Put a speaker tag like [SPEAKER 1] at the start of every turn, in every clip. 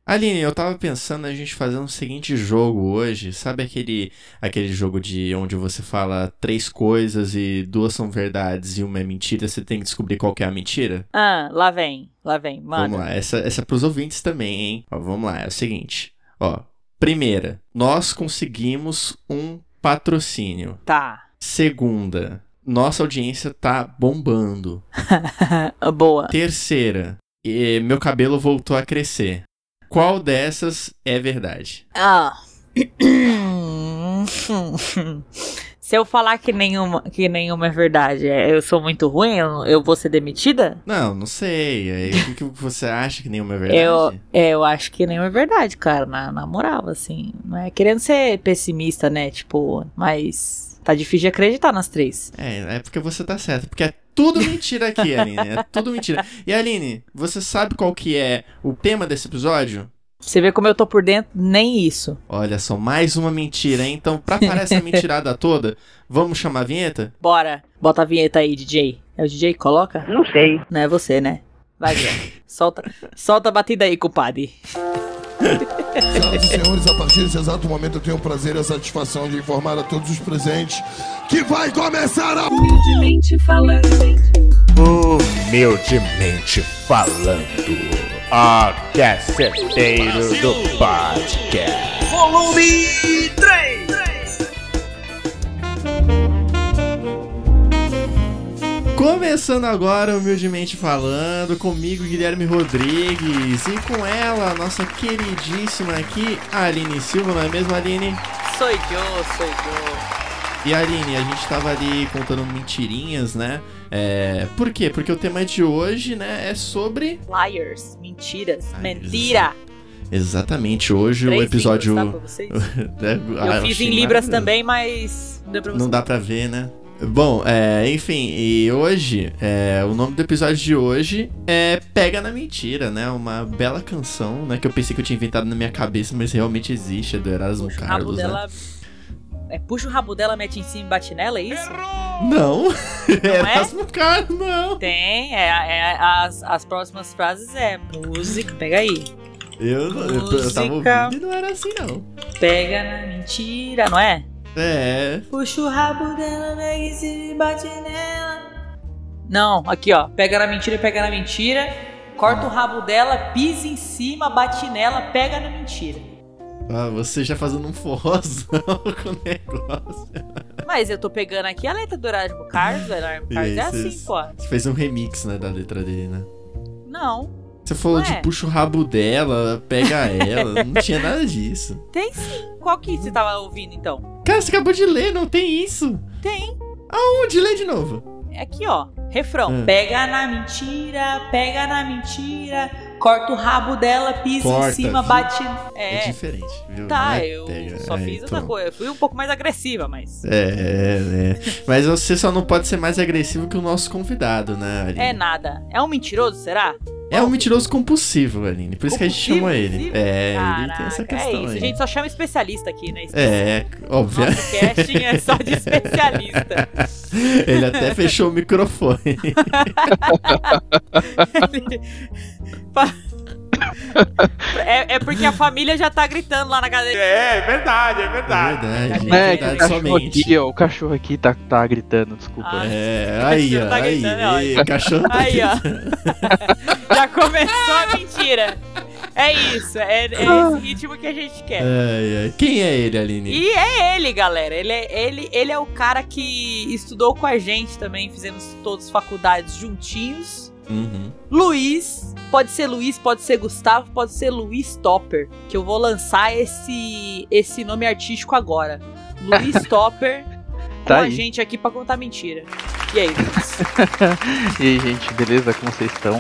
[SPEAKER 1] Aline, eu tava pensando a gente fazer um seguinte jogo hoje. Sabe aquele jogo de onde você fala três coisas e duas são verdades e uma é mentira, você tem que descobrir qual que é a mentira?
[SPEAKER 2] Lá vem, manda.
[SPEAKER 1] Vamos lá, essa é pros ouvintes também, hein? Ó, vamos lá, é o seguinte. Ó, primeira, nós conseguimos um patrocínio.
[SPEAKER 2] Tá.
[SPEAKER 1] Segunda, nossa audiência tá bombando.
[SPEAKER 2] Boa.
[SPEAKER 1] Terceira, meu cabelo voltou a crescer. Qual dessas é verdade?
[SPEAKER 2] Se eu falar que nenhuma é verdade, eu sou muito ruim, eu vou ser demitida?
[SPEAKER 1] Não sei. Aí, o que você acha que nenhuma é verdade?
[SPEAKER 2] Eu acho que nenhuma é verdade, cara, na moral, assim. Não é querendo ser pessimista, né? Tipo, mas tá difícil de acreditar nas três.
[SPEAKER 1] É porque você tá certo. Porque é tudo mentira aqui, Aline. É tudo mentira. E, Aline, você sabe qual que é o tema desse episódio?
[SPEAKER 2] Você vê como eu tô por dentro, nem isso.
[SPEAKER 1] Olha só, mais uma mentira, hein? Então, pra parar essa mentirada toda, vamos chamar a vinheta?
[SPEAKER 2] Bora. Bota a vinheta aí, DJ. É o DJ que coloca?
[SPEAKER 3] Não sei.
[SPEAKER 2] Não é você, né? Vai, ver. Solta a batida aí, compadre.
[SPEAKER 4] Senhoras e senhores, a partir desse exato momento eu tenho o prazer e a satisfação de informar a todos os presentes que vai começar a...
[SPEAKER 5] Humildemente falando.
[SPEAKER 6] Humildemente falando, a caceteiro do podcast.
[SPEAKER 5] Volume 3.
[SPEAKER 1] Começando agora, humildemente falando, comigo, Guilherme Rodrigues, e com ela, nossa queridíssima aqui, Aline Silva, não é mesmo, Aline?
[SPEAKER 2] Sou eu.
[SPEAKER 1] E Aline, a gente tava ali contando mentirinhas, né? Por quê? Porque o tema de hoje, né, é sobre...
[SPEAKER 2] Liars, mentiras, mentira.
[SPEAKER 1] Exatamente, hoje
[SPEAKER 2] 3
[SPEAKER 1] o episódio...
[SPEAKER 2] libras, tá, pra vocês? Eu fiz em libras também, mas não deu pra vocês.
[SPEAKER 1] Não dá pra ver, né? Bom, enfim, e hoje, o nome do episódio de hoje é Pega na Mentira, né? Uma bela canção, né? Que eu pensei que eu tinha inventado na minha cabeça, mas realmente existe, é do Erasmo Carlos, né?
[SPEAKER 2] Puxa o rabo dela, mete em cima e bate nela, é isso?
[SPEAKER 1] Não,
[SPEAKER 2] é?
[SPEAKER 1] Erasmo Carlos, não.
[SPEAKER 2] Tem, as próximas frases música, pega aí.
[SPEAKER 1] Eu tava ouvindo e não era assim, não.
[SPEAKER 2] Pega na mentira, não é?
[SPEAKER 3] Puxa o rabo dela, pega em cima e bate nela.
[SPEAKER 2] Não, aqui ó, pega na mentira, corta o rabo dela, pisa em cima, bate nela, pega na mentira.
[SPEAKER 1] Você já fazendo um forrozão com o negócio.
[SPEAKER 2] Mas eu tô pegando aqui a letra do Erasmo Carlos, Erasmo Carlos assim, pô.
[SPEAKER 1] Você fez um remix, né, da letra dele, né?
[SPEAKER 2] Não.
[SPEAKER 1] Você falou de puxa o rabo dela, pega ela, não tinha nada disso.
[SPEAKER 2] Tem sim. Qual que você tava ouvindo, então?
[SPEAKER 1] Cara, você acabou de ler, não tem isso?
[SPEAKER 2] Tem.
[SPEAKER 1] Aonde? Lê de novo.
[SPEAKER 2] Aqui, ó. Refrão. Pega na mentira, corta o rabo dela, pisa em cima, bate...
[SPEAKER 1] É diferente, viu?
[SPEAKER 2] Tá, eu só fiz outra coisa. Eu fui um pouco mais agressiva, mas...
[SPEAKER 1] Mas você só não pode ser mais agressivo que o nosso convidado, né, Aline?
[SPEAKER 2] É nada. É um mentiroso, será?
[SPEAKER 1] É um mentiroso compulsivo, Aline. Por isso que a gente chama ele.
[SPEAKER 2] Caraca,
[SPEAKER 1] ele tem essa questão
[SPEAKER 2] é isso.
[SPEAKER 1] aí.
[SPEAKER 2] A gente só chama especialista aqui, né?
[SPEAKER 1] Óbvio.
[SPEAKER 2] Nosso casting é só de especialista.
[SPEAKER 1] Ele até fechou o microfone.
[SPEAKER 2] É porque a família já tá gritando lá na cadeira.
[SPEAKER 6] É verdade.
[SPEAKER 1] É verdade somente.
[SPEAKER 7] Aqui, ó, o cachorro aqui tá gritando, desculpa.
[SPEAKER 1] Aí, ó.
[SPEAKER 2] Tá
[SPEAKER 1] Aí, cachorro tá
[SPEAKER 2] aí, ó. Já começou a mentira. É isso, é esse ritmo que a gente quer.
[SPEAKER 1] Quem é ele, Aline?
[SPEAKER 2] E é ele, galera. Ele é o cara que estudou com a gente também. Fizemos todas as faculdades juntinhos.
[SPEAKER 1] Uhum.
[SPEAKER 2] Luiz, pode ser Gustavo, pode ser Luiz Topper, que eu vou lançar esse nome artístico agora. Luiz Topper com a gente aqui pra contar mentira. E aí, Luiz?
[SPEAKER 7] E aí, gente, beleza? Como vocês estão?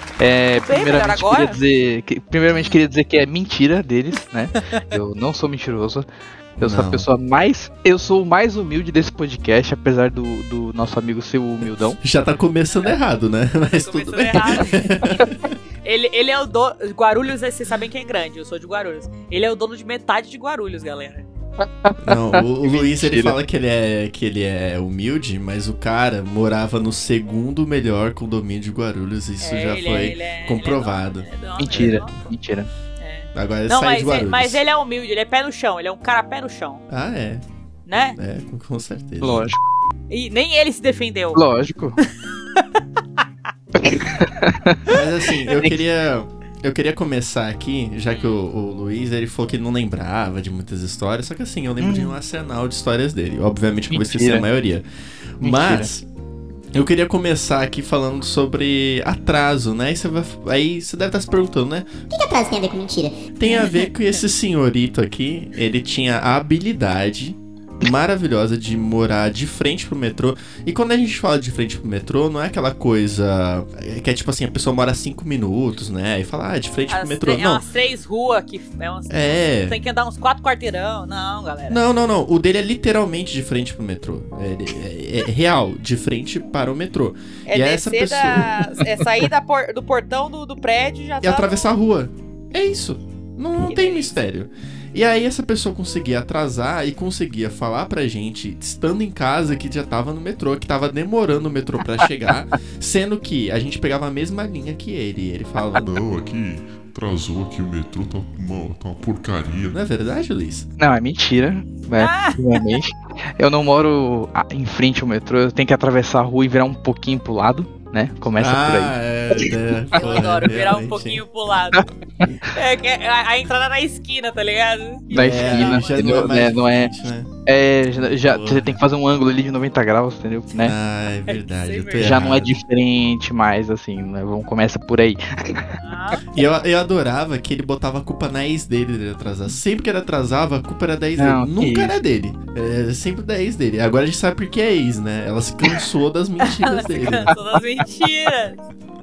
[SPEAKER 7] Primeiramente queria dizer que é mentira deles, né? Eu não sou mentiroso. Eu sou a pessoa mais... Eu sou o mais humilde desse podcast, apesar do nosso amigo ser o humildão.
[SPEAKER 1] Já tá começando errado, né? Mas tudo bem.
[SPEAKER 2] Ele é o dono... Guarulhos, vocês sabem quem é grande, eu sou de Guarulhos. Ele é o dono de metade de Guarulhos, galera.
[SPEAKER 1] Não, o Luiz, ele fala que ele é humilde, mas o cara morava no segundo melhor condomínio de Guarulhos. Isso já foi comprovado.
[SPEAKER 7] Mentira.
[SPEAKER 1] Agora ele
[SPEAKER 2] Não,
[SPEAKER 1] sai de Guarulhos.
[SPEAKER 2] mas ele é humilde, ele é pé no chão, ele é um cara pé no chão.
[SPEAKER 1] Ah, é.
[SPEAKER 2] Né?
[SPEAKER 1] É, com certeza.
[SPEAKER 7] Lógico.
[SPEAKER 2] E nem ele se defendeu.
[SPEAKER 7] Lógico.
[SPEAKER 1] Mas assim, eu queria começar aqui, já que o Luiz, ele falou que não lembrava de muitas histórias, só que assim, eu lembro de um arsenal de histórias dele. Obviamente que eu vou esquecer a maioria. Mas eu queria começar aqui falando sobre atraso, né? Aí você deve estar se perguntando, né?
[SPEAKER 8] O que atraso tem a ver com mentira?
[SPEAKER 1] Tem a ver com esse senhorito aqui, ele tinha a habilidade maravilhosa de morar de frente pro metrô. E quando a gente fala de frente pro metrô, não é aquela coisa que é tipo assim, a pessoa mora 5 minutos, né? E fala, de frente pro metrô. Não.
[SPEAKER 2] É umas 3 ruas que tem que andar uns 4 quarteirão. Não, galera.
[SPEAKER 1] Não. O dele é literalmente de frente pro metrô. É real, de frente para o metrô.
[SPEAKER 2] É
[SPEAKER 1] e
[SPEAKER 2] descer
[SPEAKER 1] essa pessoa...
[SPEAKER 2] é sair do portão do prédio já
[SPEAKER 1] e atravessar a rua. É isso. Não tem mistério. E aí essa pessoa conseguia atrasar e conseguia falar pra gente, estando em casa, que já tava no metrô, que tava demorando o metrô pra chegar, sendo que a gente pegava a mesma linha que ele. E ele falava,
[SPEAKER 4] não, aqui atrasou, aqui o metrô tá uma porcaria.
[SPEAKER 1] Não é verdade, Luiz?
[SPEAKER 7] Não, é mentira. Realmente. Eu não moro em frente ao metrô, eu tenho que atravessar a rua e virar um pouquinho pro lado, né? Começa por aí.
[SPEAKER 2] Eu adoro virar um pouquinho pro lado. A entrada na esquina, tá ligado?
[SPEAKER 7] Na esquina, entendeu? Não é. Você tem que fazer um ângulo ali de 90 graus, entendeu? Né?
[SPEAKER 1] Ah, é verdade.
[SPEAKER 7] Já não é diferente mais, assim, né? Começa por aí.
[SPEAKER 1] E eu adorava que ele botava a culpa na ex dele atrasar. Sempre que ele atrasava, a culpa era da ex dele. Nunca era dele. Era sempre da ex dele. Agora a gente sabe por que é ex, né? Ela se cansou das mentiras dele.
[SPEAKER 2] Ela se cansou das mentiras.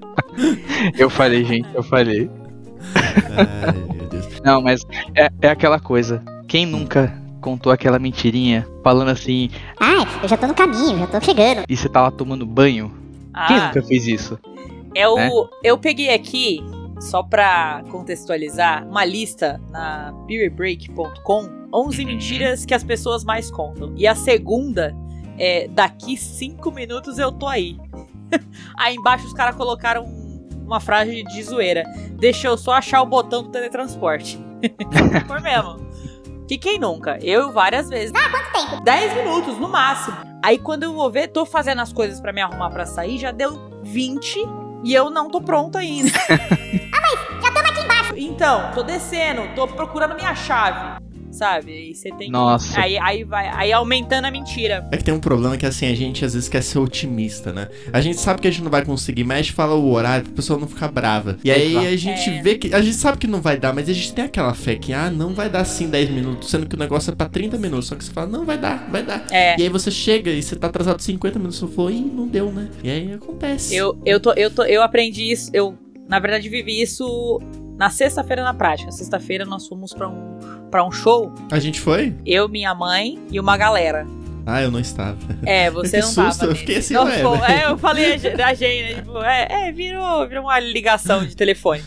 [SPEAKER 7] Eu falei, gente, eu falei.
[SPEAKER 1] Ai, meu Deus.
[SPEAKER 7] Não, mas é aquela coisa. Quem nunca contou aquela mentirinha falando assim,
[SPEAKER 8] eu já tô no caminho, já tô chegando.
[SPEAKER 7] E você tá lá tomando banho? Quem nunca fez isso?
[SPEAKER 2] Eu peguei aqui, só pra contextualizar, uma lista na beerbreak.com, 11 mentiras que as pessoas mais contam. E a segunda é, daqui 5 minutos eu tô aí. Aí embaixo os caras colocaram uma frase de zoeira. Deixa eu só achar o botão do teletransporte. Foi mesmo. Que quem nunca? Eu várias vezes.
[SPEAKER 8] Quanto tempo?
[SPEAKER 2] 10 minutos, no máximo. Aí quando eu vou ver, tô fazendo as coisas pra me arrumar pra sair, já deu 20 e eu não tô pronta ainda.
[SPEAKER 8] Mas já estamos aqui embaixo.
[SPEAKER 2] Então, tô descendo, tô procurando minha chave. Sabe? Aí você tem
[SPEAKER 7] Nossa.
[SPEAKER 2] que... Aí vai aumentando a mentira.
[SPEAKER 1] É que tem um problema que assim, a gente às vezes quer ser otimista, né? A gente sabe que a gente não vai conseguir, mas a gente fala o horário pra pessoa não ficar brava. E aí a gente vê que... A gente sabe que não vai dar, mas a gente tem aquela fé que, não vai dar sim 10 minutos, sendo que o negócio é pra 30 minutos. Só que você fala, não, vai dar. E aí você chega e você tá atrasado 50 minutos, você falou, não deu, né? E aí acontece.
[SPEAKER 2] Eu aprendi isso, na verdade vivi isso na sexta-feira na prática. Sexta-feira nós fomos pra um show.
[SPEAKER 1] A gente foi?
[SPEAKER 2] Eu, minha mãe e uma galera.
[SPEAKER 1] Eu não estava.
[SPEAKER 2] Você não
[SPEAKER 1] susto,
[SPEAKER 2] tava.
[SPEAKER 1] Eu fiquei assim,
[SPEAKER 2] eu falei a gente, né? Tipo, virou uma ligação de telefone.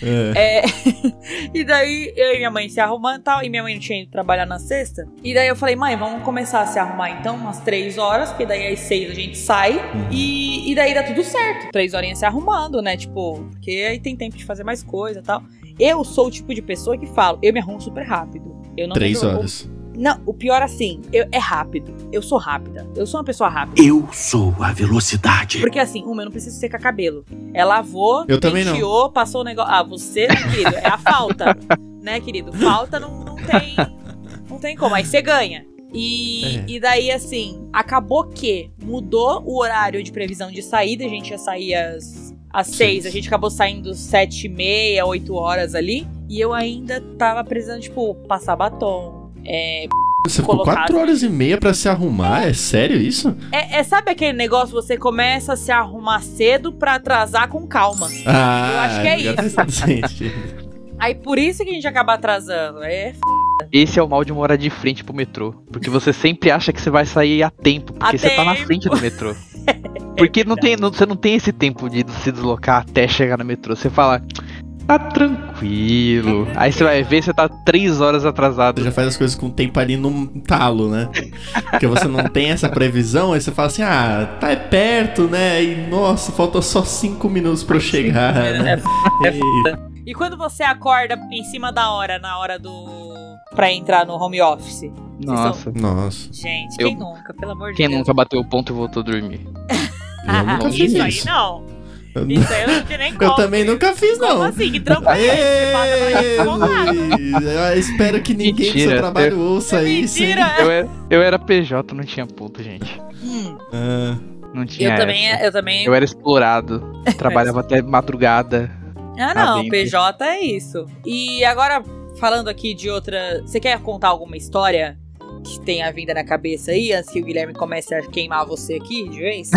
[SPEAKER 2] E daí eu e minha mãe se arrumando e tal. E minha mãe não tinha ido trabalhar na sexta. E daí eu falei, mãe, vamos começar a se arrumar então umas 3 horas, porque daí às 6 a gente sai. E daí dá tudo certo. 3 horinhas se arrumando, né? Tipo, porque aí tem tempo de fazer mais coisa e tal. Eu sou o tipo de pessoa que falo, eu me arrumo super rápido. Eu não
[SPEAKER 1] 3 horas.
[SPEAKER 2] Não, o pior assim, é rápido. Eu sou rápida. Eu sou uma pessoa rápida.
[SPEAKER 5] Eu sou a velocidade.
[SPEAKER 2] Porque assim, eu não preciso secar cabelo. Ela lavou,
[SPEAKER 1] eu também
[SPEAKER 2] penteou,
[SPEAKER 1] não.
[SPEAKER 2] passou o negócio. Você, querido, é a falta. Né, querido? Falta não tem como. Aí você ganha. E daí, assim, acabou que mudou o horário de previsão de saída. A gente ia sair às 6. A gente acabou saindo 7h30, 8 horas ali. E eu ainda tava precisando, tipo, passar batom.
[SPEAKER 1] Você ficou 4 horas e meia pra se arrumar? É sério isso?
[SPEAKER 2] Sabe aquele negócio, você começa a se arrumar cedo pra atrasar com calma. Eu acho que é isso. Aí por isso que a gente acaba atrasando.
[SPEAKER 7] Esse é o mal de morar de frente pro metrô. Porque você sempre acha que você vai sair a tempo. Porque você tá na frente do metrô. Porque você não tem esse tempo de se deslocar até chegar no metrô. Você fala... Tá tranquilo. Aí você vai ver, você tá 3 horas atrasado.
[SPEAKER 1] Você já faz as coisas com o tempo ali no talo, né? Porque você não tem essa previsão, aí você fala assim, tá perto, né? E nossa, falta só 5 minutos pra eu chegar, né?
[SPEAKER 2] E quando você acorda em cima da hora, na hora pra entrar no home office?
[SPEAKER 7] Nossa.
[SPEAKER 1] Nossa.
[SPEAKER 2] Gente, quem nunca, pelo amor de
[SPEAKER 7] Quem
[SPEAKER 2] Deus.
[SPEAKER 7] nunca bateu o ponto e voltou a dormir?
[SPEAKER 1] Eu nunca fiz
[SPEAKER 2] Isso aí
[SPEAKER 1] isso.
[SPEAKER 2] não. Isso aí eu não tinha nem como.
[SPEAKER 1] Eu também nunca fiz,
[SPEAKER 2] Como
[SPEAKER 1] não.
[SPEAKER 2] assim? Que trampo é esse? Você passa pra gente folgado.
[SPEAKER 1] Luiz, eu espero que ninguém do seu
[SPEAKER 7] Mentira,
[SPEAKER 1] trabalho ouça isso. hein?
[SPEAKER 2] Mentira.
[SPEAKER 7] Eu era PJ, não tinha ponto, gente.
[SPEAKER 1] Ah,
[SPEAKER 7] Não tinha.
[SPEAKER 2] Eu também.
[SPEAKER 7] Eu era explorado. Trabalhava até madrugada.
[SPEAKER 2] Ah, não.
[SPEAKER 7] dentro.
[SPEAKER 2] PJ é isso. E agora, falando aqui de outra. Você quer contar alguma história que tenha vindo na cabeça aí, antes que o Guilherme comece a queimar você aqui de vez?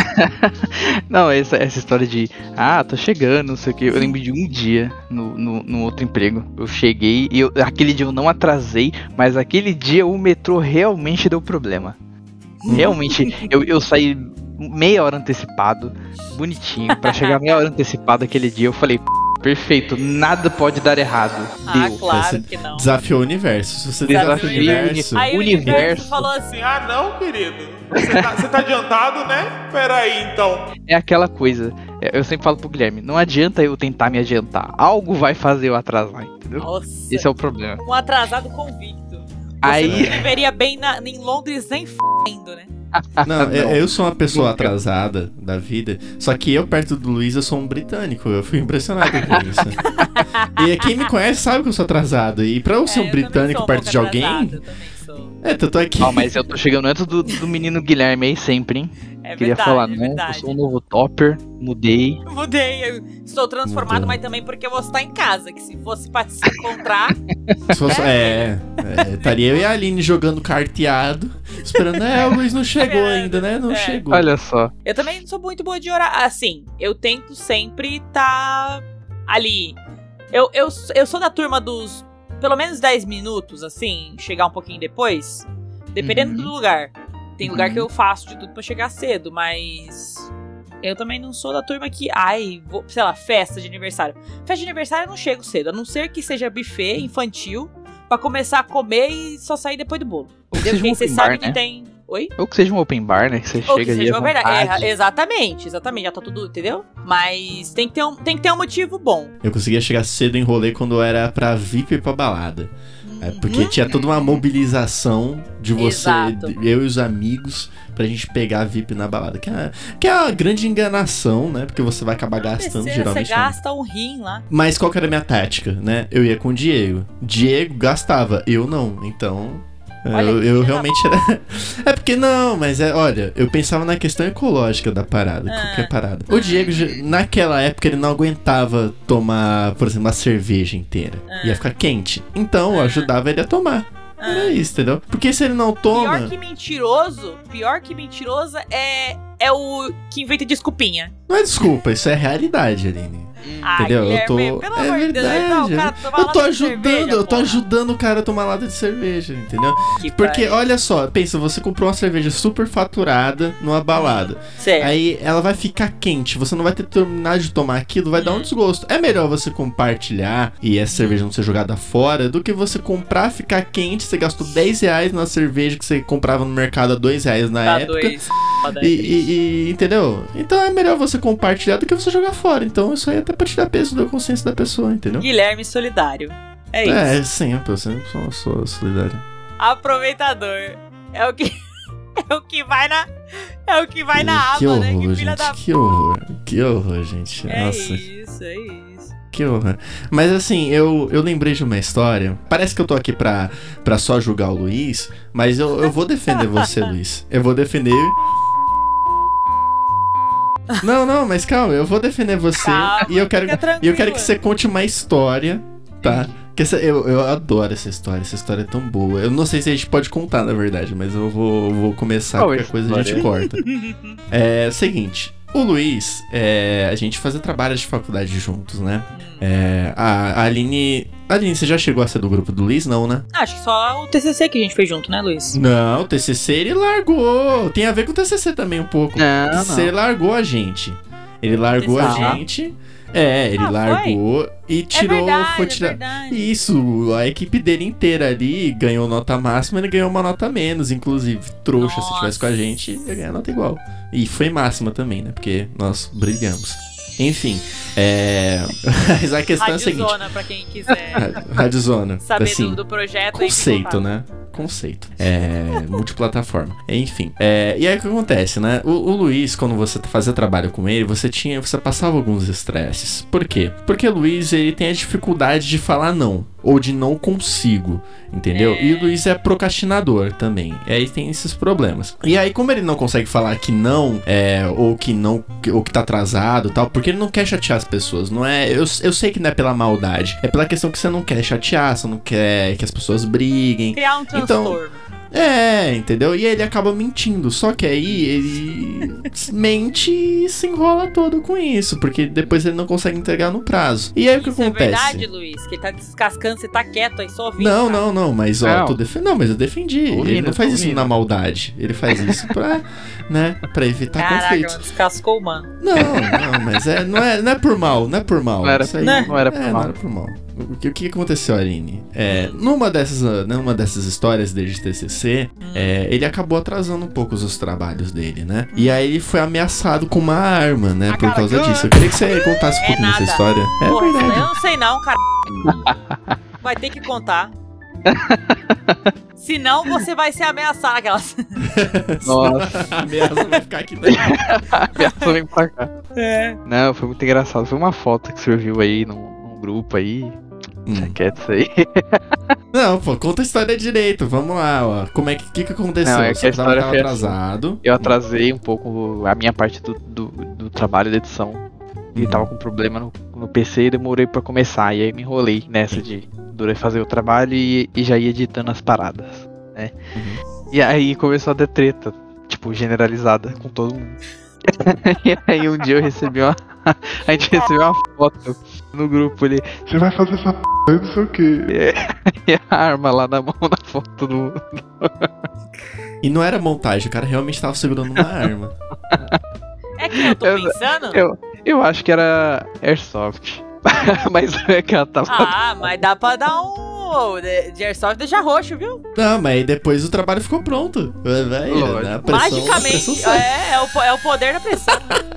[SPEAKER 7] Não, essa história de tô chegando, não sei o que. Eu lembro de um dia no outro emprego. Eu cheguei e aquele dia eu não atrasei, mas aquele dia o metrô realmente deu problema. Realmente, eu saí meia hora antecipado, bonitinho, pra chegar meia hora antecipado aquele dia. Eu falei, perfeito, nada pode dar errado. Deu.
[SPEAKER 2] Claro
[SPEAKER 1] Você
[SPEAKER 2] que não.
[SPEAKER 1] desafiou o universo. Se você
[SPEAKER 7] Desafio
[SPEAKER 1] desafia o universo.
[SPEAKER 2] Aí o universo falou assim:
[SPEAKER 6] Ah, não, querido. Você tá adiantado, né? Pera aí, então.
[SPEAKER 7] É aquela coisa, eu sempre falo pro Guilherme, não adianta eu tentar me adiantar. Algo vai fazer eu atrasar, entendeu?
[SPEAKER 2] Nossa,
[SPEAKER 7] Esse é o problema.
[SPEAKER 2] um atrasado convicto.
[SPEAKER 7] Aí...
[SPEAKER 2] Você não viveria bem em Londres nem f***endo, né?
[SPEAKER 1] Não, eu sou uma pessoa atrasada da vida, só que eu, perto do Luiz, eu sou um britânico. Eu fui impressionado com isso. E quem me conhece sabe que eu sou atrasado. E pra eu ser um britânico perto de alguém...
[SPEAKER 2] Eu também sou.
[SPEAKER 1] Tanto é que...
[SPEAKER 7] Mas eu tô chegando antes do menino Guilherme aí sempre, hein?
[SPEAKER 2] É
[SPEAKER 7] Queria
[SPEAKER 2] verdade,
[SPEAKER 7] falar,
[SPEAKER 2] é
[SPEAKER 7] não,
[SPEAKER 2] verdade.
[SPEAKER 7] eu sou um novo topper, mudei.
[SPEAKER 2] Mudei, eu estou transformado,
[SPEAKER 1] Mudou.
[SPEAKER 2] mas também porque eu vou estar em casa. Que se fosse pra se encontrar.
[SPEAKER 1] Se fosse, estaria eu e a Aline jogando carteado, esperando. O Luiz não chegou ainda, né? Não chegou.
[SPEAKER 7] Olha só.
[SPEAKER 2] Eu também não sou muito boa de orar. Assim, eu tento sempre estar ali. Eu sou da turma dos pelo menos 10 minutos, assim, chegar um pouquinho depois. Dependendo do lugar. Tem lugar que eu faço de tudo pra chegar cedo, mas eu também não sou da turma que, sei lá, festa de aniversário. Festa de aniversário eu não chego cedo, a não ser que seja buffet infantil, pra começar a comer e só sair depois do bolo.
[SPEAKER 7] Ou que
[SPEAKER 2] Entendeu?
[SPEAKER 7] seja um
[SPEAKER 2] Porque você
[SPEAKER 7] open
[SPEAKER 2] sabe
[SPEAKER 7] bar,
[SPEAKER 2] que
[SPEAKER 7] né?
[SPEAKER 2] tem... Oi?
[SPEAKER 7] Ou que seja um open bar, né? Que você
[SPEAKER 2] Ou
[SPEAKER 7] chega
[SPEAKER 2] que
[SPEAKER 7] ali
[SPEAKER 2] seja
[SPEAKER 7] à
[SPEAKER 2] uma verdade.
[SPEAKER 7] vontade.
[SPEAKER 2] Exatamente, já tá tudo, entendeu? Mas tem que ter um motivo bom.
[SPEAKER 1] Eu conseguia chegar cedo em rolê quando era pra VIP e pra balada. Porque tinha toda uma mobilização de você,
[SPEAKER 2] Exato.
[SPEAKER 1] eu e os amigos, pra gente pegar a VIP na balada. Que é uma grande enganação, né? Porque você vai acabar gastando,
[SPEAKER 2] Você
[SPEAKER 1] geralmente.
[SPEAKER 2] gasta um rim lá.
[SPEAKER 1] Mas qual que era a minha tática, né? Eu ia com o Diego. Diego gastava, eu não. Então...
[SPEAKER 2] Olha
[SPEAKER 1] Eu
[SPEAKER 2] que
[SPEAKER 1] realmente era... É porque não, mas olha, eu pensava na questão ecológica da parada, qualquer parada. O Diego, naquela época, ele não aguentava tomar, por exemplo, uma cerveja inteira. Ia ficar quente. Então, eu ajudava ele a tomar. Era isso, entendeu? Porque se ele não toma...
[SPEAKER 2] Pior que mentiroso é o que inventa desculpinha.
[SPEAKER 1] Não é desculpa, isso é realidade, Aline. Entendeu?
[SPEAKER 2] Guilherme, pelo amor de Deus, não, o cara toma lata de cerveja,
[SPEAKER 1] eu tô
[SPEAKER 2] porra.
[SPEAKER 1] ajudando o cara a tomar lata de cerveja, entendeu?
[SPEAKER 2] Que
[SPEAKER 1] Porque,
[SPEAKER 2] pariu.
[SPEAKER 1] olha só, pensa, você comprou uma cerveja super faturada numa balada.
[SPEAKER 2] Certo.
[SPEAKER 1] Aí ela vai ficar quente, você não vai ter terminado de tomar aquilo, vai dar um desgosto. É melhor você compartilhar e essa cerveja não ser jogada fora do que você comprar, ficar quente, você gastou R$10 na cerveja que você comprava no mercado a R$2 na
[SPEAKER 2] Tá
[SPEAKER 1] época.
[SPEAKER 2] dois. Foda,
[SPEAKER 1] E entendeu? Então é melhor você compartilhar do que você jogar fora. Então isso aí é até pra tirar peso da consciência da pessoa, entendeu?
[SPEAKER 2] Guilherme solidário. É isso.
[SPEAKER 1] Sempre, eu sempre sou solidário.
[SPEAKER 2] Aproveitador. É o que vai na aba,
[SPEAKER 1] Que horror,
[SPEAKER 2] né? Que filha
[SPEAKER 1] gente,
[SPEAKER 2] da...
[SPEAKER 1] que horror, gente. Nossa.
[SPEAKER 2] É isso.
[SPEAKER 1] Que horror. Mas assim, eu lembrei de uma história. Parece que eu tô aqui pra só julgar o Luiz, mas eu vou defender você, Luiz. Eu vou defender... Não, mas calma, eu vou defender você.
[SPEAKER 2] Calma,
[SPEAKER 1] e eu quero
[SPEAKER 2] fica
[SPEAKER 1] que você conte uma história, tá? Que eu adoro essa história é tão boa. Eu não sei se a gente pode contar, na verdade, mas eu vou começar, qualquer coisa a gente corta. É o seguinte, o Luiz, a gente fazia trabalhos de faculdade juntos, né? A Aline, você já chegou a ser do grupo do Luiz? Não, né?
[SPEAKER 2] Acho que só o TCC que a gente fez junto, né, Luiz?
[SPEAKER 1] Não, o TCC ele largou. Tem a ver com o TCC também um pouco. O TCC largou a gente. Ele largou a gente. Ele largou e tirou. Foi tirar. Isso, a equipe dele inteira ali ganhou nota máxima, ele ganhou uma nota menos. Inclusive, trouxa, se tivesse com a gente, ia ganhar nota igual. E foi máxima também, né? Porque nós brilhamos. Enfim, mas a questão é a seguinte.
[SPEAKER 2] Radiozona, pra quem quiser
[SPEAKER 1] Radiozona.
[SPEAKER 2] saber
[SPEAKER 1] Assim,
[SPEAKER 2] do projeto.
[SPEAKER 1] conceito, né? Conceito. Multiplataforma. Enfim. E aí o que acontece, né? O Luiz, quando você fazia trabalho com ele, você passava alguns estresses. Por quê? Porque o Luiz, ele tem a dificuldade de falar não. Ou de não consigo, entendeu? E o Luiz é procrastinador também. E aí tem esses problemas. E aí, como ele não consegue falar que não, ou que tá atrasado e tal, porque ele não quer chatear as pessoas, não é? Eu sei que não é pela maldade, é pela questão que você não quer chatear, você não quer que as pessoas briguem.
[SPEAKER 2] Criar um transtorno.
[SPEAKER 1] Então, entendeu? E ele acaba mentindo. Só que aí ele mente e se enrola todo com isso, porque depois ele não consegue entregar no prazo. E aí o que acontece?
[SPEAKER 2] É verdade, Luiz, que ele tá descascando, você tá quieto aí, só ouvindo.
[SPEAKER 1] Não, mas ó, mas eu defendi. Ele não faz isso na maldade. Ele faz isso pra evitar conflitos.
[SPEAKER 2] Caraca, descascou, mano.
[SPEAKER 1] Não, mas não é por mal, não é por mal.
[SPEAKER 7] Não era
[SPEAKER 1] por mal. O que aconteceu, Aline? Numa dessas histórias dele de TCC, ele acabou atrasando um pouco os trabalhos dele, né? E aí ele foi ameaçado com uma arma, né? Por causa disso. Eu queria que você contasse um pouco dessa história.
[SPEAKER 2] Porra,
[SPEAKER 1] verdade.
[SPEAKER 2] eu não sei não, cara. Vai ter que contar. Senão você vai ser ameaçado aquelas.
[SPEAKER 7] Nossa.
[SPEAKER 1] A ameaça vai ficar aqui dentro.
[SPEAKER 7] A ameaça vem pra cá. Não, foi muito engraçado. Foi uma foto que surgiu aí num grupo aí. Deixa quieto isso aí.
[SPEAKER 1] Não, pô, conta a história direito. Vamos lá, ó. Como é que aconteceu?
[SPEAKER 7] Não,
[SPEAKER 1] Você
[SPEAKER 7] a história
[SPEAKER 1] tava atrasado.
[SPEAKER 7] Assim. Eu atrasei um pouco a minha parte do trabalho de edição. E tava com problema no PC e demorei pra começar. E aí me enrolei nessa de fazer o trabalho e já ia editando as paradas, né? E aí começou a ter treta, tipo, generalizada com todo mundo. E aí um dia eu recebi a gente recebeu uma foto no grupo ali.
[SPEAKER 6] Você vai fazer essa p***, não sei o que.
[SPEAKER 7] E a arma lá na mão na foto do...
[SPEAKER 1] E não era montagem, o cara realmente tava segurando uma arma.
[SPEAKER 2] É que eu tô pensando?
[SPEAKER 7] Eu acho que era Airsoft. Mas é que ela tava...
[SPEAKER 2] mas dá pra dar um... De Airsoft deixa roxo, viu?
[SPEAKER 1] Não, mas aí depois o trabalho ficou pronto.
[SPEAKER 2] Magicamente, é o poder da pressão.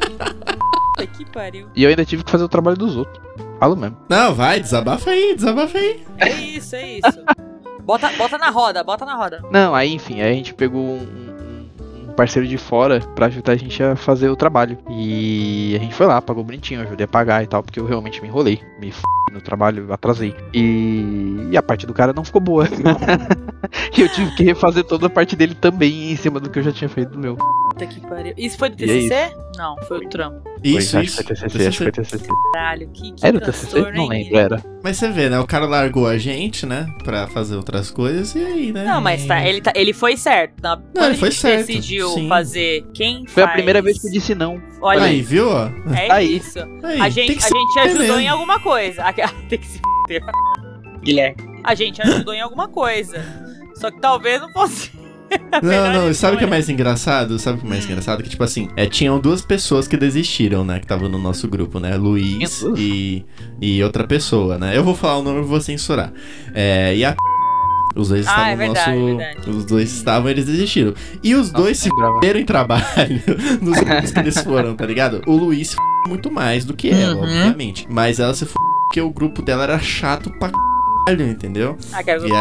[SPEAKER 2] Que pariu.
[SPEAKER 7] E eu ainda tive que fazer o trabalho dos outros. Falo mesmo.
[SPEAKER 1] Não, vai, desabafa aí.
[SPEAKER 2] É isso. Bota na roda.
[SPEAKER 7] Não, aí enfim, aí a gente pegou um parceiro de fora pra ajudar a gente a fazer o trabalho. E a gente foi lá, pagou bonitinho, eu ajudei a pagar e tal, porque eu realmente me enrolei. Me f*** no trabalho, atrasei. E a parte do cara não ficou boa. E eu tive que refazer toda a parte dele também em cima do que eu já tinha feito do meu.
[SPEAKER 2] Puta que pariu. Isso foi do TCC? Não, foi o trampo.
[SPEAKER 1] Isso.
[SPEAKER 7] Acho que foi TCC.
[SPEAKER 2] Caralho, que
[SPEAKER 7] era o TCC? Não lembro, era.
[SPEAKER 1] Mas você vê, né? O cara largou a gente, né? Pra fazer outras coisas e aí, né?
[SPEAKER 2] Não, mas ele foi certo. Não,
[SPEAKER 1] ele foi certo.
[SPEAKER 2] Decidiu
[SPEAKER 1] sim.
[SPEAKER 2] fazer. Quem
[SPEAKER 7] foi
[SPEAKER 2] faz...
[SPEAKER 7] a primeira vez que eu disse não.
[SPEAKER 2] Olha
[SPEAKER 1] aí, viu?
[SPEAKER 2] É
[SPEAKER 7] aí.
[SPEAKER 2] Isso.
[SPEAKER 1] Aí,
[SPEAKER 2] a gente ajudou em alguma coisa. Tem que se f***. Guilherme. A gente ajudou em alguma coisa. Só que talvez não fosse.
[SPEAKER 1] Não, sabe o que é mais engraçado? Que, tipo assim, tinham duas pessoas que desistiram, né? Que estavam no nosso grupo, né? Luiz e outra pessoa, né? Eu vou falar o nome e vou censurar. E a os dois estavam
[SPEAKER 2] verdade.
[SPEAKER 1] Os dois estavam, eles desistiram. E os dois se f***eram em trabalho nos grupos que eles foram, tá ligado? O Luiz se f*** muito mais do que ela, obviamente. Mas ela se f*** porque o grupo dela era chato pra c***, entendeu? E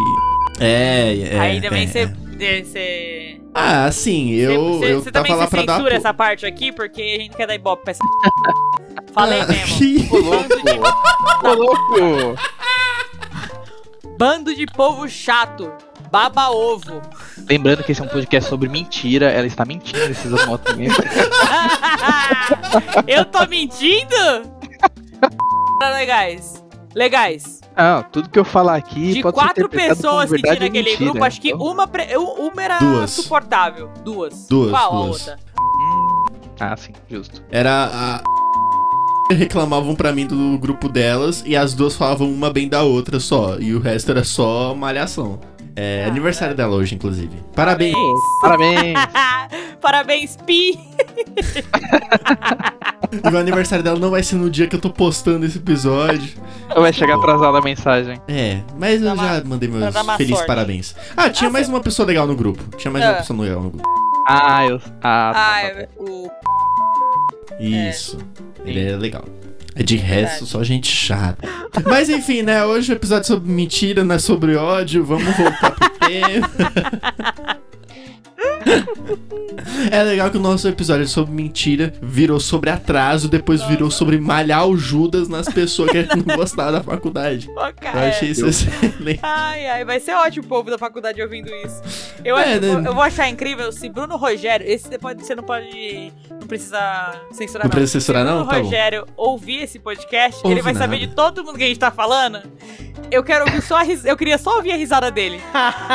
[SPEAKER 1] aí...
[SPEAKER 2] Aí também você...
[SPEAKER 1] sim, eu tava lá pra dar... Você
[SPEAKER 2] censura essa parte aqui, porque a gente quer dar ibope pra essa... Falei mesmo.
[SPEAKER 7] Ô louco!
[SPEAKER 2] Bando de povo chato. Baba ovo.
[SPEAKER 7] Lembrando que esse é um podcast sobre mentira. Ela está mentindo nesses motos mesmo.
[SPEAKER 2] Eu tô mentindo? Legais.
[SPEAKER 7] Tudo que eu falar aqui
[SPEAKER 2] de
[SPEAKER 7] pode
[SPEAKER 2] 4 pessoas que tinha naquele
[SPEAKER 7] mentira,
[SPEAKER 2] grupo, acho que
[SPEAKER 7] então...
[SPEAKER 2] uma era suportável. Duas. Qual a outra?
[SPEAKER 7] Sim, justo.
[SPEAKER 1] Era a... reclamavam pra mim do grupo delas e as duas falavam uma bem da outra só. E o resto era só malhação. Aniversário dela hoje, inclusive. Parabéns!
[SPEAKER 2] Parabéns, Pi!
[SPEAKER 1] E o aniversário dela não vai ser no dia que eu tô postando esse episódio.
[SPEAKER 7] Vai chegar atrasada a mensagem.
[SPEAKER 1] Mas eu já mandei meus felizes parabéns. Tinha mais uma pessoa legal no grupo. Isso. Ele é legal. De resto, só gente chata. Mas enfim, né? Hoje o episódio é sobre mentira, não é sobre ódio. Vamos voltar pro tema. É legal que o nosso episódio sobre mentira virou sobre atraso, depois virou sobre malhar o Judas nas pessoas que não gostavam da faculdade. Eu achei isso excelente.
[SPEAKER 2] Ai, vai ser ótimo o povo da faculdade ouvindo isso. Eu vou achar incrível se Bruno Rogério, você não precisa censurar.
[SPEAKER 1] Não precisa censurar, não?
[SPEAKER 2] Se Bruno Rogério ouvir esse podcast, ele vai saber de todo mundo que a gente tá falando. Eu quero ouvir eu queria só ouvir a risada dele.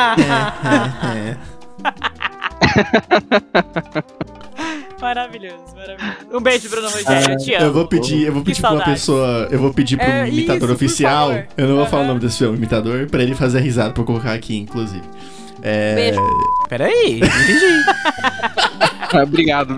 [SPEAKER 2] Maravilhoso. Um beijo, Bruno Rogério, eu te amo.
[SPEAKER 1] Eu vou pedir pra uma pessoa. Eu vou pedir pro imitador oficial. Eu não vou falar o nome desse imitador, pra ele fazer a risada, pra eu colocar aqui, inclusive.
[SPEAKER 2] Beijo.
[SPEAKER 7] Peraí, entendi. Obrigado.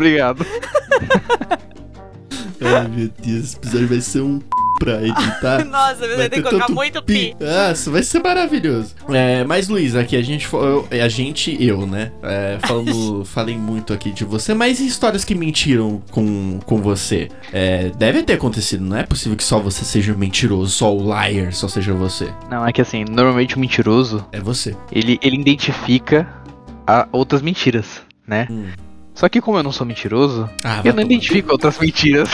[SPEAKER 1] Ai, meu Deus, esse episódio vai ser um pra editar.
[SPEAKER 2] Nossa, vai ter que colocar muito pi.
[SPEAKER 1] Nossa, vai ser maravilhoso. Mas, Luiz, aqui eu, né? Falei muito aqui de você, mas e histórias que mentiram com você? Deve ter acontecido, não é possível que só você seja mentiroso, só o liar só seja você.
[SPEAKER 7] Não, é que assim, normalmente o mentiroso...
[SPEAKER 1] É você.
[SPEAKER 7] Ele identifica outras mentiras, né? Só que como eu não sou mentiroso, eu não identifico outras mentiras.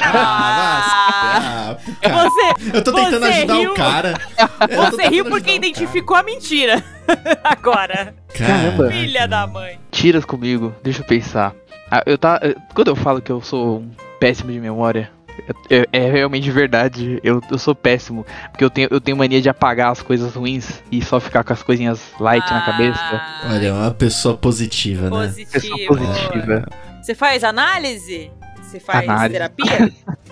[SPEAKER 1] Eu tô tentando ajudar o cara.
[SPEAKER 2] Você riu porque identificou a mentira. Agora.
[SPEAKER 1] Caramba.
[SPEAKER 2] Filha da mãe.
[SPEAKER 7] Mentiras comigo, deixa eu pensar. Quando eu falo que eu sou um péssimo de memória, é realmente verdade. Eu sou péssimo. Porque eu tenho mania de apagar as coisas ruins e só ficar com as coisinhas light na cabeça.
[SPEAKER 1] Olha, é uma pessoa positiva, né?
[SPEAKER 7] Pessoa positiva.
[SPEAKER 2] Você faz análise? Você faz terapia?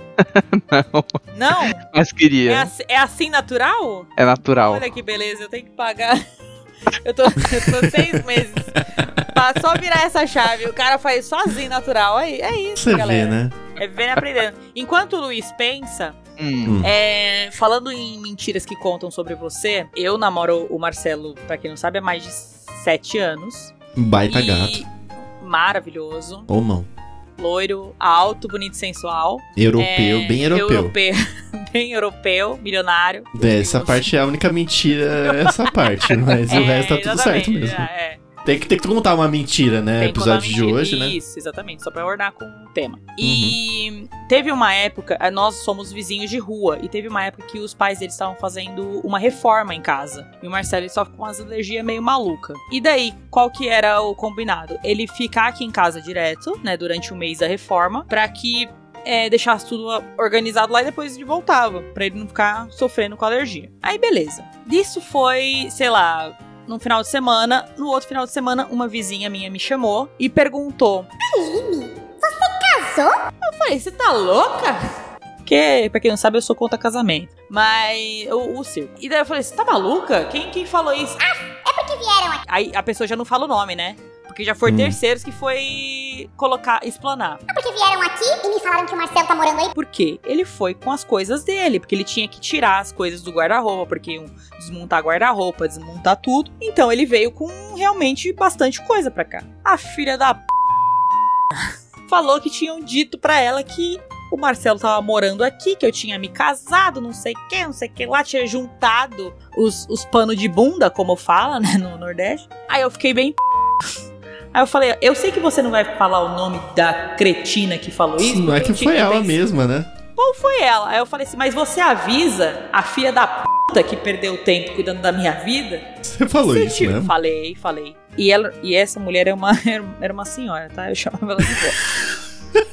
[SPEAKER 2] Não?
[SPEAKER 7] Mas queria.
[SPEAKER 2] É assim natural?
[SPEAKER 7] É natural.
[SPEAKER 2] Olha que beleza, eu tenho que pagar. Eu tô 6 meses. Pra só virar essa chave. O cara faz sozinho natural. É isso,
[SPEAKER 1] você
[SPEAKER 2] galera.
[SPEAKER 1] Vê, né?
[SPEAKER 2] É vivendo e aprendendo. Enquanto o Luiz pensa, falando em mentiras que contam sobre você, eu namoro o Marcelo, pra quem não sabe, há mais de 7 anos.
[SPEAKER 1] Baita gato.
[SPEAKER 2] Maravilhoso.
[SPEAKER 1] Ou não.
[SPEAKER 2] Loiro, alto, bonito, sensual.
[SPEAKER 1] Europeu, bem europeu.
[SPEAKER 2] Bem europeu, milionário.
[SPEAKER 1] Essa parte é a única mentira, essa parte. Mas o resto tá tudo certo mesmo. Tem que contar uma mentira, né? Episódio de hoje, né?
[SPEAKER 2] Isso, exatamente. Só pra ornar com o tema. E teve uma época, nós somos vizinhos de rua, e teve uma época que os pais deles estavam fazendo uma reforma em casa. E o Marcelo só com umas alergias meio maluca. E daí, qual que era o combinado? Ele ficar aqui em casa direto, né? Durante o mês da reforma, pra que deixasse tudo organizado lá e depois ele voltava. Pra ele não ficar sofrendo com alergia. Aí, beleza. Isso foi, sei lá... No final de semana, no outro final de semana, uma vizinha minha me chamou e perguntou:
[SPEAKER 8] Aline, você casou?
[SPEAKER 2] Eu falei, você tá louca? Porque, pra quem não sabe, eu sou contra casamento. Mas, o circo. E daí eu falei, você tá maluca? Quem falou isso?
[SPEAKER 8] É porque vieram aqui.
[SPEAKER 2] Aí a pessoa já não fala o nome, né? Porque já foram terceiros que foi explanar.
[SPEAKER 8] É porque vieram aqui e me falaram que o Marcelo tá morando aí.
[SPEAKER 2] Por quê? Ele foi com as coisas dele, porque ele tinha que tirar as coisas do guarda-roupa, porque desmontar guarda-roupa, desmontar tudo. Então ele veio com realmente bastante coisa pra cá. A filha da falou que tinham dito pra ela que o Marcelo tava morando aqui, que eu tinha me casado, não sei o que lá, tinha juntado os panos de bunda, como fala, né, no Nordeste. Aí eu fiquei bem Aí eu falei, eu sei que você não vai falar o nome da cretina que falou isso.
[SPEAKER 1] Não é que foi ela mesma, né?
[SPEAKER 2] Ou foi ela? Aí eu falei assim, mas você avisa a filha da puta que perdeu tempo cuidando da minha vida?
[SPEAKER 1] Você falou isso, né?
[SPEAKER 2] Falei. E essa mulher era uma senhora, tá? Eu chamava ela de vó.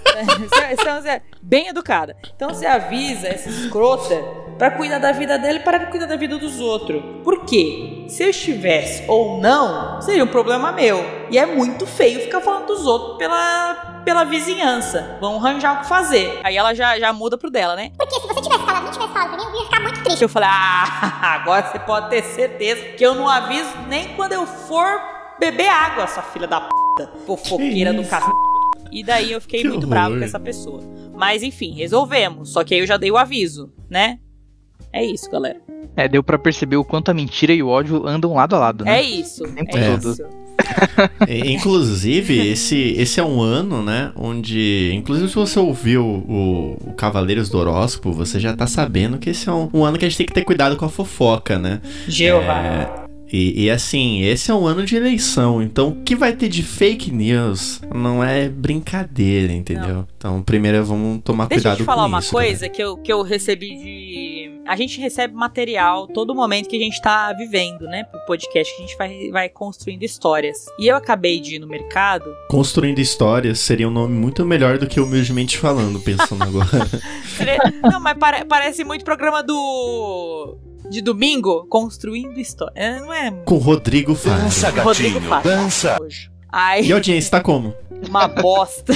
[SPEAKER 2] Bem educada. Então você avisa essa escrota pra cuidar da vida dele e para de cuidar da vida dos outros. Por quê? Se eu estivesse ou não, seria um problema meu. E é muito feio ficar falando dos outros pela vizinhança. Vamos arranjar o que fazer. Aí ela já muda pro dela, né?
[SPEAKER 8] Porque se você tivesse falado pra mim, eu ia ficar muito triste.
[SPEAKER 2] Eu falei, agora você pode ter certeza que eu não aviso nem quando eu for beber água, sua filha da puta. Fofoqueira do cacete. E daí eu fiquei muito bravo com essa pessoa. Mas enfim, resolvemos. Só que aí eu já dei o aviso, né? É isso, galera.
[SPEAKER 7] Deu pra perceber o quanto a mentira e o ódio andam lado a lado, né?
[SPEAKER 2] É isso.
[SPEAKER 1] Inclusive, esse é um ano, né, onde... Inclusive, se você ouviu o Cavaleiros do Horóscopo, você já tá sabendo que esse é um ano que a gente tem que ter cuidado com a fofoca, né?
[SPEAKER 2] Jeová.
[SPEAKER 1] E assim, esse é um ano de eleição, então o que vai ter de fake news não é brincadeira, entendeu? Não. Então, primeiro vamos tomar cuidado com isso.
[SPEAKER 2] Deixa eu te falar uma
[SPEAKER 1] isso,
[SPEAKER 2] coisa que eu recebi de... A gente recebe material todo momento que a gente tá vivendo, né? Pro podcast, que a gente vai construindo histórias. E eu acabei de ir no mercado...
[SPEAKER 1] Construindo histórias seria um nome muito melhor do que Humildemente Falando, pensando agora.
[SPEAKER 2] Não, mas parece muito programa de domingo, Construindo História. Não é?
[SPEAKER 1] Com Rodrigo Faro.
[SPEAKER 5] Dança, gatinho, dança.
[SPEAKER 1] Aí, e a audiência tá como?
[SPEAKER 2] Uma bosta.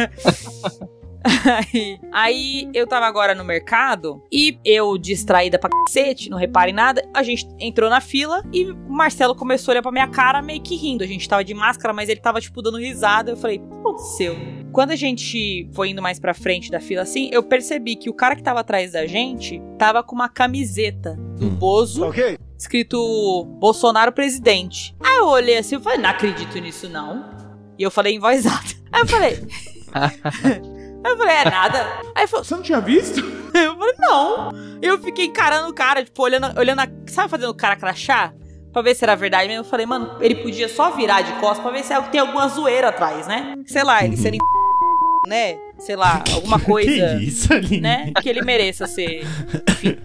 [SPEAKER 2] Aí eu tava agora no mercado e eu distraída pra cacete, não repare em nada, a gente entrou na fila e o Marcelo começou a olhar pra minha cara meio que rindo. A gente tava de máscara, mas ele tava tipo dando risada. Eu falei, o que aconteceu? Quando a gente foi indo mais pra frente da fila assim, eu percebi que o cara que tava atrás da gente tava com uma camiseta do Bozo, escrito Bolsonaro presidente. Aí eu olhei assim e falei, não acredito nisso não. E eu falei em voz alta. Aí eu falei... é nada. Aí ele falou,
[SPEAKER 6] você não tinha visto?
[SPEAKER 2] Eu falei, não. Eu fiquei encarando o cara, tipo, olhando sabe, fazendo o cara crachá? Pra ver se era verdade mesmo. Eu falei, mano, ele podia só virar de costas pra ver se tem alguma zoeira atrás, né? Sei lá, ele seria né? Sei lá, alguma coisa.
[SPEAKER 1] Que isso, Aline?
[SPEAKER 2] Né? Que ele mereça ser. Enfim.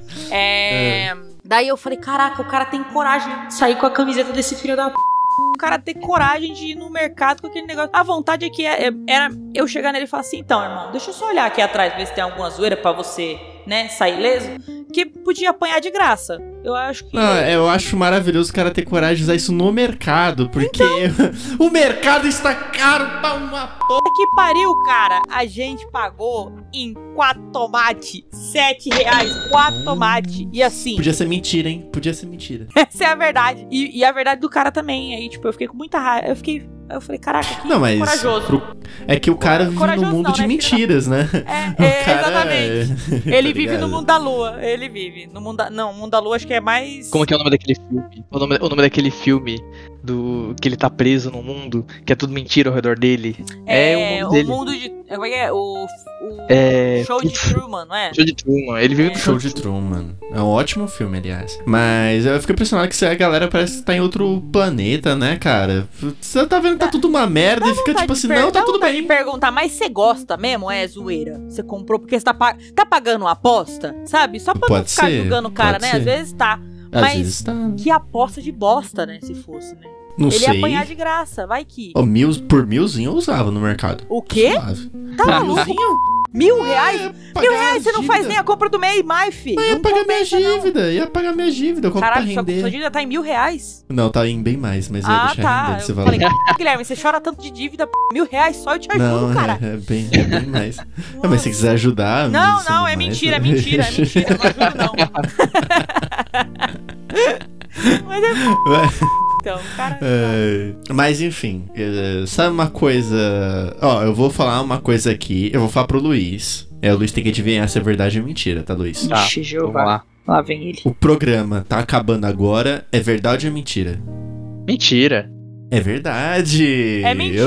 [SPEAKER 2] Daí eu falei, caraca, o cara tem coragem de sair com a camiseta desse filho da p. O cara ter coragem de ir no mercado com aquele negócio. A vontade é que era eu chegar nele e falar assim, então, irmão, deixa eu só olhar aqui atrás, ver se tem alguma zoeira pra você, né, sair leso. Que podia apanhar de graça. Eu acho que...
[SPEAKER 1] eu acho maravilhoso o cara ter coragem de usar isso no mercado, porque o mercado está caro pra uma porra.
[SPEAKER 2] Que pariu, cara. A gente pagou em 4 tomates, R$7, 4 tomates. E assim...
[SPEAKER 1] Podia ser mentira, hein? Podia ser mentira.
[SPEAKER 2] Essa é a verdade. E a verdade do cara também. Aí, tipo, eu fiquei com muita raiva. Eu falei, caraca, que corajoso.
[SPEAKER 1] É que o cara vive no mundo de mentiras, né?
[SPEAKER 2] Exatamente. Ele vive no mundo da lua. Ele vive no mundo o mundo da lua acho que é mais...
[SPEAKER 7] Como que é o nome daquele filme? O nome daquele filme que ele tá preso no mundo, que é tudo mentira ao redor dele.
[SPEAKER 2] O mundo de... Como é que é? O Show de Truman, não é?
[SPEAKER 7] Show de Truman. Ele vive no
[SPEAKER 1] Show de Truman. É um ótimo filme, aliás. Mas eu fico impressionado que a galera parece que tá em outro planeta, né, cara? Você tá vendo que tá tudo uma merda e fica tipo assim, não, tá tudo bem.
[SPEAKER 2] Perguntar, mas você gosta mesmo? É zoeira? Você comprou porque você tá pagando uma aposta? Sabe? Só pra não ficar julgando o cara, né? Às vezes tá.
[SPEAKER 1] Às vezes tá.
[SPEAKER 2] Que aposta de bosta, né? Se fosse, né?
[SPEAKER 1] Não
[SPEAKER 2] Ele
[SPEAKER 1] sei.
[SPEAKER 2] ia apanhar de graça, vai que.
[SPEAKER 1] Por milzinho eu usava no mercado.
[SPEAKER 2] O quê? Tá maluco? R$1.000? R$1.000 você não faz nem a compra do mês mais, filho.
[SPEAKER 1] Mas ia pagar minha dívida.
[SPEAKER 2] Caralho, sua dívida tá em R$1.000?
[SPEAKER 1] Não, tá em bem mais, mas ia deixar render esse valor.
[SPEAKER 2] Falei, Guilherme, você chora tanto de dívida, R$1.000 só eu te ajudo, cara.
[SPEAKER 1] É bem mais. Mas se quiser ajudar...
[SPEAKER 2] Não, é mentira. Não ajudo, não. Mas então, cara...
[SPEAKER 1] Mas enfim, sabe uma coisa... eu vou falar uma coisa aqui, eu vou falar pro Luiz. O Luiz tem que adivinhar se é verdade ou mentira, tá, Luiz?
[SPEAKER 2] Ixi, vamos lá. Lá vem ele.
[SPEAKER 1] O programa tá acabando agora, é verdade ou mentira?
[SPEAKER 7] Mentira.
[SPEAKER 1] É verdade.
[SPEAKER 2] É mentira,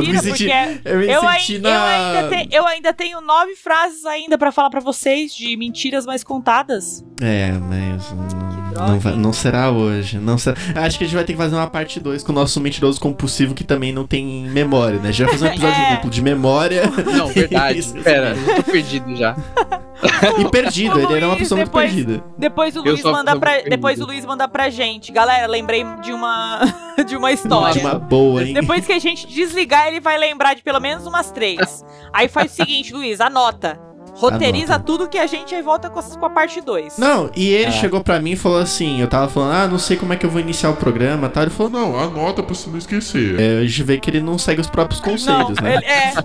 [SPEAKER 2] eu ainda tenho 9 frases ainda pra falar pra vocês de mentiras mais contadas.
[SPEAKER 1] Mas não será hoje. Não será. Acho que a gente vai ter que fazer uma parte 2 com o nosso mentiroso compulsivo que também não tem memória, né? A gente vai fazer um episódio duplo de memória.
[SPEAKER 7] Não, verdade. Espera, eu tô perdido já.
[SPEAKER 1] E perdido, ele era uma pessoa muito perdida.
[SPEAKER 2] Depois o Luiz manda pra gente. Galera, lembrei de uma história.
[SPEAKER 1] Uma boa, hein?
[SPEAKER 2] Depois que a gente desligar, ele vai lembrar de pelo menos umas 3. Aí faz o seguinte, Luiz, anota. Roteiriza tudo que a gente aí volta com a parte 2.
[SPEAKER 1] Não, e ele chegou pra mim e falou assim, eu tava falando, não sei como é que eu vou iniciar o programa, tá? Ele falou, não, anota pra você não esquecer. A gente vê que ele não segue os próprios conselhos, né?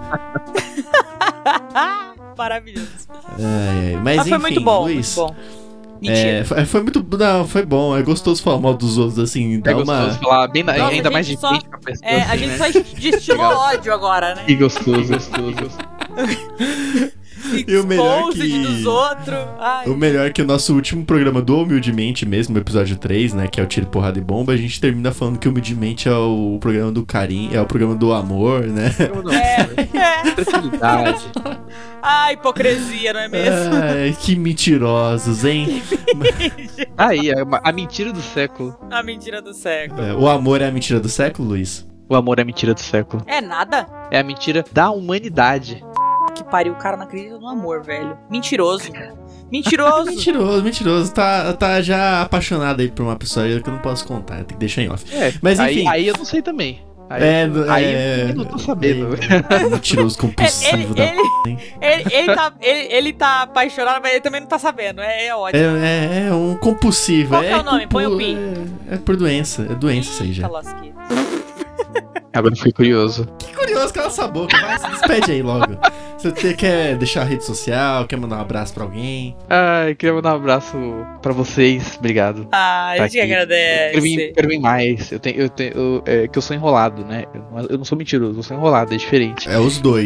[SPEAKER 2] Maravilhoso.
[SPEAKER 1] Mas enfim,
[SPEAKER 2] foi muito bom,
[SPEAKER 1] Luiz,
[SPEAKER 2] muito bom. Mentira.
[SPEAKER 1] Foi muito... Não, foi bom. É gostoso falar mal dos outros, assim.
[SPEAKER 7] É gostoso falar bem, ainda mais de frente com a pessoa.
[SPEAKER 2] A gente só destilou ódio agora, né?
[SPEAKER 7] Que gostoso.
[SPEAKER 1] E o melhor que...
[SPEAKER 2] dos outros.
[SPEAKER 1] O melhor é que o nosso último programa do Humildemente mesmo, o episódio 3, né, que é o Tiro, Porrada e Bomba, a gente termina falando que o Humildemente é o programa do carinho, é o programa do amor, né?
[SPEAKER 7] Tranquilidade.
[SPEAKER 2] Hipocrisia, não é mesmo?
[SPEAKER 1] Ai, que mentirosos, hein?
[SPEAKER 7] Aí, a mentira do século.
[SPEAKER 2] A mentira do século.
[SPEAKER 1] O amor é a mentira do século, Luiz?
[SPEAKER 7] O amor é a mentira do século.
[SPEAKER 2] É nada?
[SPEAKER 7] É a mentira da humanidade.
[SPEAKER 2] Que pariu, o cara não acredita no amor, velho. Mentiroso. Mentiroso.
[SPEAKER 1] Mentiroso. Tá já apaixonado aí por uma pessoa aí que eu não posso contar, tem que deixar em off. Mas enfim.
[SPEAKER 7] Aí eu não sei também. Aí eu não tô sabendo.
[SPEAKER 1] Mentiroso compulsivo da hein?
[SPEAKER 2] Ele tá apaixonado, mas ele também não tá sabendo. É ótimo.
[SPEAKER 1] É um compulsivo.
[SPEAKER 2] Qual que é o nome? Põe o pi.
[SPEAKER 1] É por doença. É doença isso aí já.
[SPEAKER 7] Agora eu fiquei curioso.
[SPEAKER 1] Que curioso, cala essa boca. Vai, se despede aí logo. Você quer deixar a rede social? Quer mandar um abraço pra alguém?
[SPEAKER 7] Eu queria mandar um abraço pra vocês. Obrigado.
[SPEAKER 2] A gente agradece.
[SPEAKER 7] Quero vir mais. Que eu sou enrolado, né? Eu não sou mentiroso, eu sou enrolado, é diferente.
[SPEAKER 1] É os dois.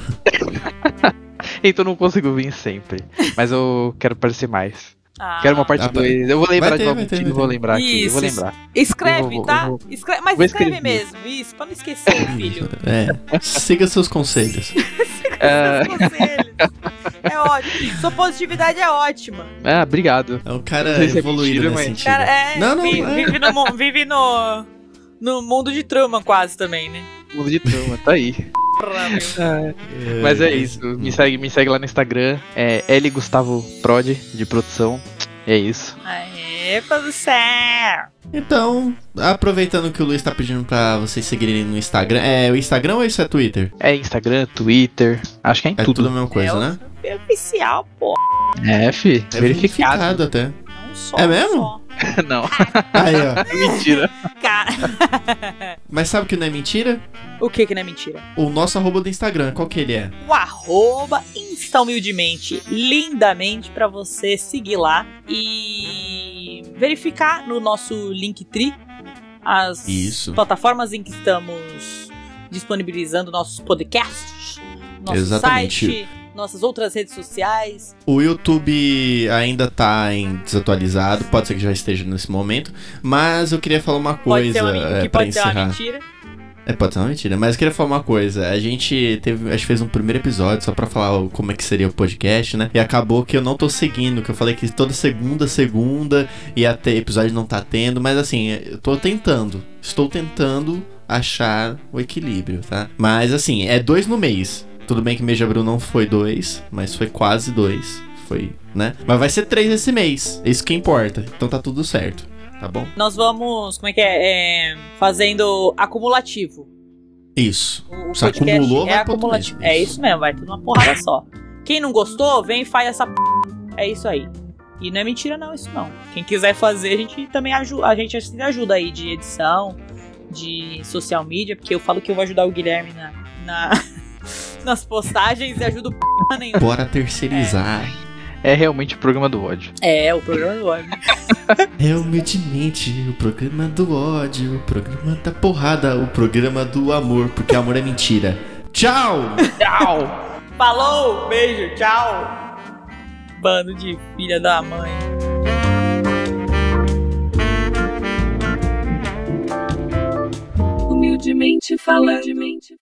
[SPEAKER 7] Então eu não consigo vir sempre. Mas eu quero aparecer mais. Quero uma parte 2. Eu vou lembrar de uma mentira, eu vou lembrar aqui. Eu vou lembrar.
[SPEAKER 2] Escreve, tá? Mas escreve mesmo, isso, pra não esquecer, filho.
[SPEAKER 1] Siga seus conselhos.
[SPEAKER 2] Siga seus conselhos. É ótimo. Sua positividade é ótima.
[SPEAKER 1] Obrigado. É um cara evoluído nesse sentido.
[SPEAKER 2] Cara, vive no mundo de Truman quase também, né?
[SPEAKER 7] Mundo de Truman, tá aí. Mas é isso, me segue lá no Instagram, L Gustavo Prod de produção, é isso.
[SPEAKER 2] Aê, produção!
[SPEAKER 1] Então, aproveitando que o Luiz tá pedindo pra vocês seguirem no Instagram, o Instagram ou isso é Twitter?
[SPEAKER 7] É Instagram, Twitter, acho que é em tudo.
[SPEAKER 1] É tudo a mesma coisa, né?
[SPEAKER 2] É oficial, pô.
[SPEAKER 7] É
[SPEAKER 1] verificado até.
[SPEAKER 2] Não só.
[SPEAKER 1] É mesmo?
[SPEAKER 7] Não.
[SPEAKER 1] Aí, ó.
[SPEAKER 7] É mentira.
[SPEAKER 2] Cara.
[SPEAKER 1] Mas sabe o que não é mentira?
[SPEAKER 2] O que não é mentira?
[SPEAKER 1] O nosso arroba do Instagram, qual que ele é?
[SPEAKER 2] O arroba Instahumildemente, lindamente, pra você seguir lá e verificar no nosso Linktree as plataformas em que estamos disponibilizando nossos podcasts, nosso site, nossas outras redes sociais.
[SPEAKER 1] O YouTube ainda tá desatualizado, pode ser que já esteja nesse momento, mas eu queria falar uma coisa pra encerrar.
[SPEAKER 2] Ser uma mentira.
[SPEAKER 1] Pode ser uma mentira, mas eu queria falar uma coisa. A gente fez um primeiro episódio só pra falar como é que seria o podcast, né? E acabou que eu não tô seguindo, que eu falei que toda segunda ia ter episódio, não tá tendo, mas assim, eu estou tentando achar o equilíbrio, tá? Mas assim, é 2 no mês. Tudo bem que mês de abril não foi 2, mas foi quase 2. Foi, né? Mas vai ser 3 esse mês. É isso que importa. Então tá tudo certo. Tá bom?
[SPEAKER 2] Nós vamos, fazendo acumulativo.
[SPEAKER 1] Isso.
[SPEAKER 2] O se acumulou, vai acumulativo. É isso mesmo, vai tudo uma porrada só. Quem não gostou, vem e faz essa É isso aí. E não é mentira não, isso não. Quem quiser fazer, a gente também ajuda. A gente ajuda aí de edição, de social media, porque eu falo que eu vou ajudar o Guilherme nas postagens e ajudo nenhuma.
[SPEAKER 1] Bora terceirizar.
[SPEAKER 7] É realmente o programa do ódio.
[SPEAKER 2] É, o programa do ódio.
[SPEAKER 1] Realmente, o programa do ódio, o programa da porrada, o programa do amor, porque amor é mentira. Tchau!
[SPEAKER 2] Tchau! Falou, beijo, tchau! Bando de filha da mãe.
[SPEAKER 3] Humildemente falando.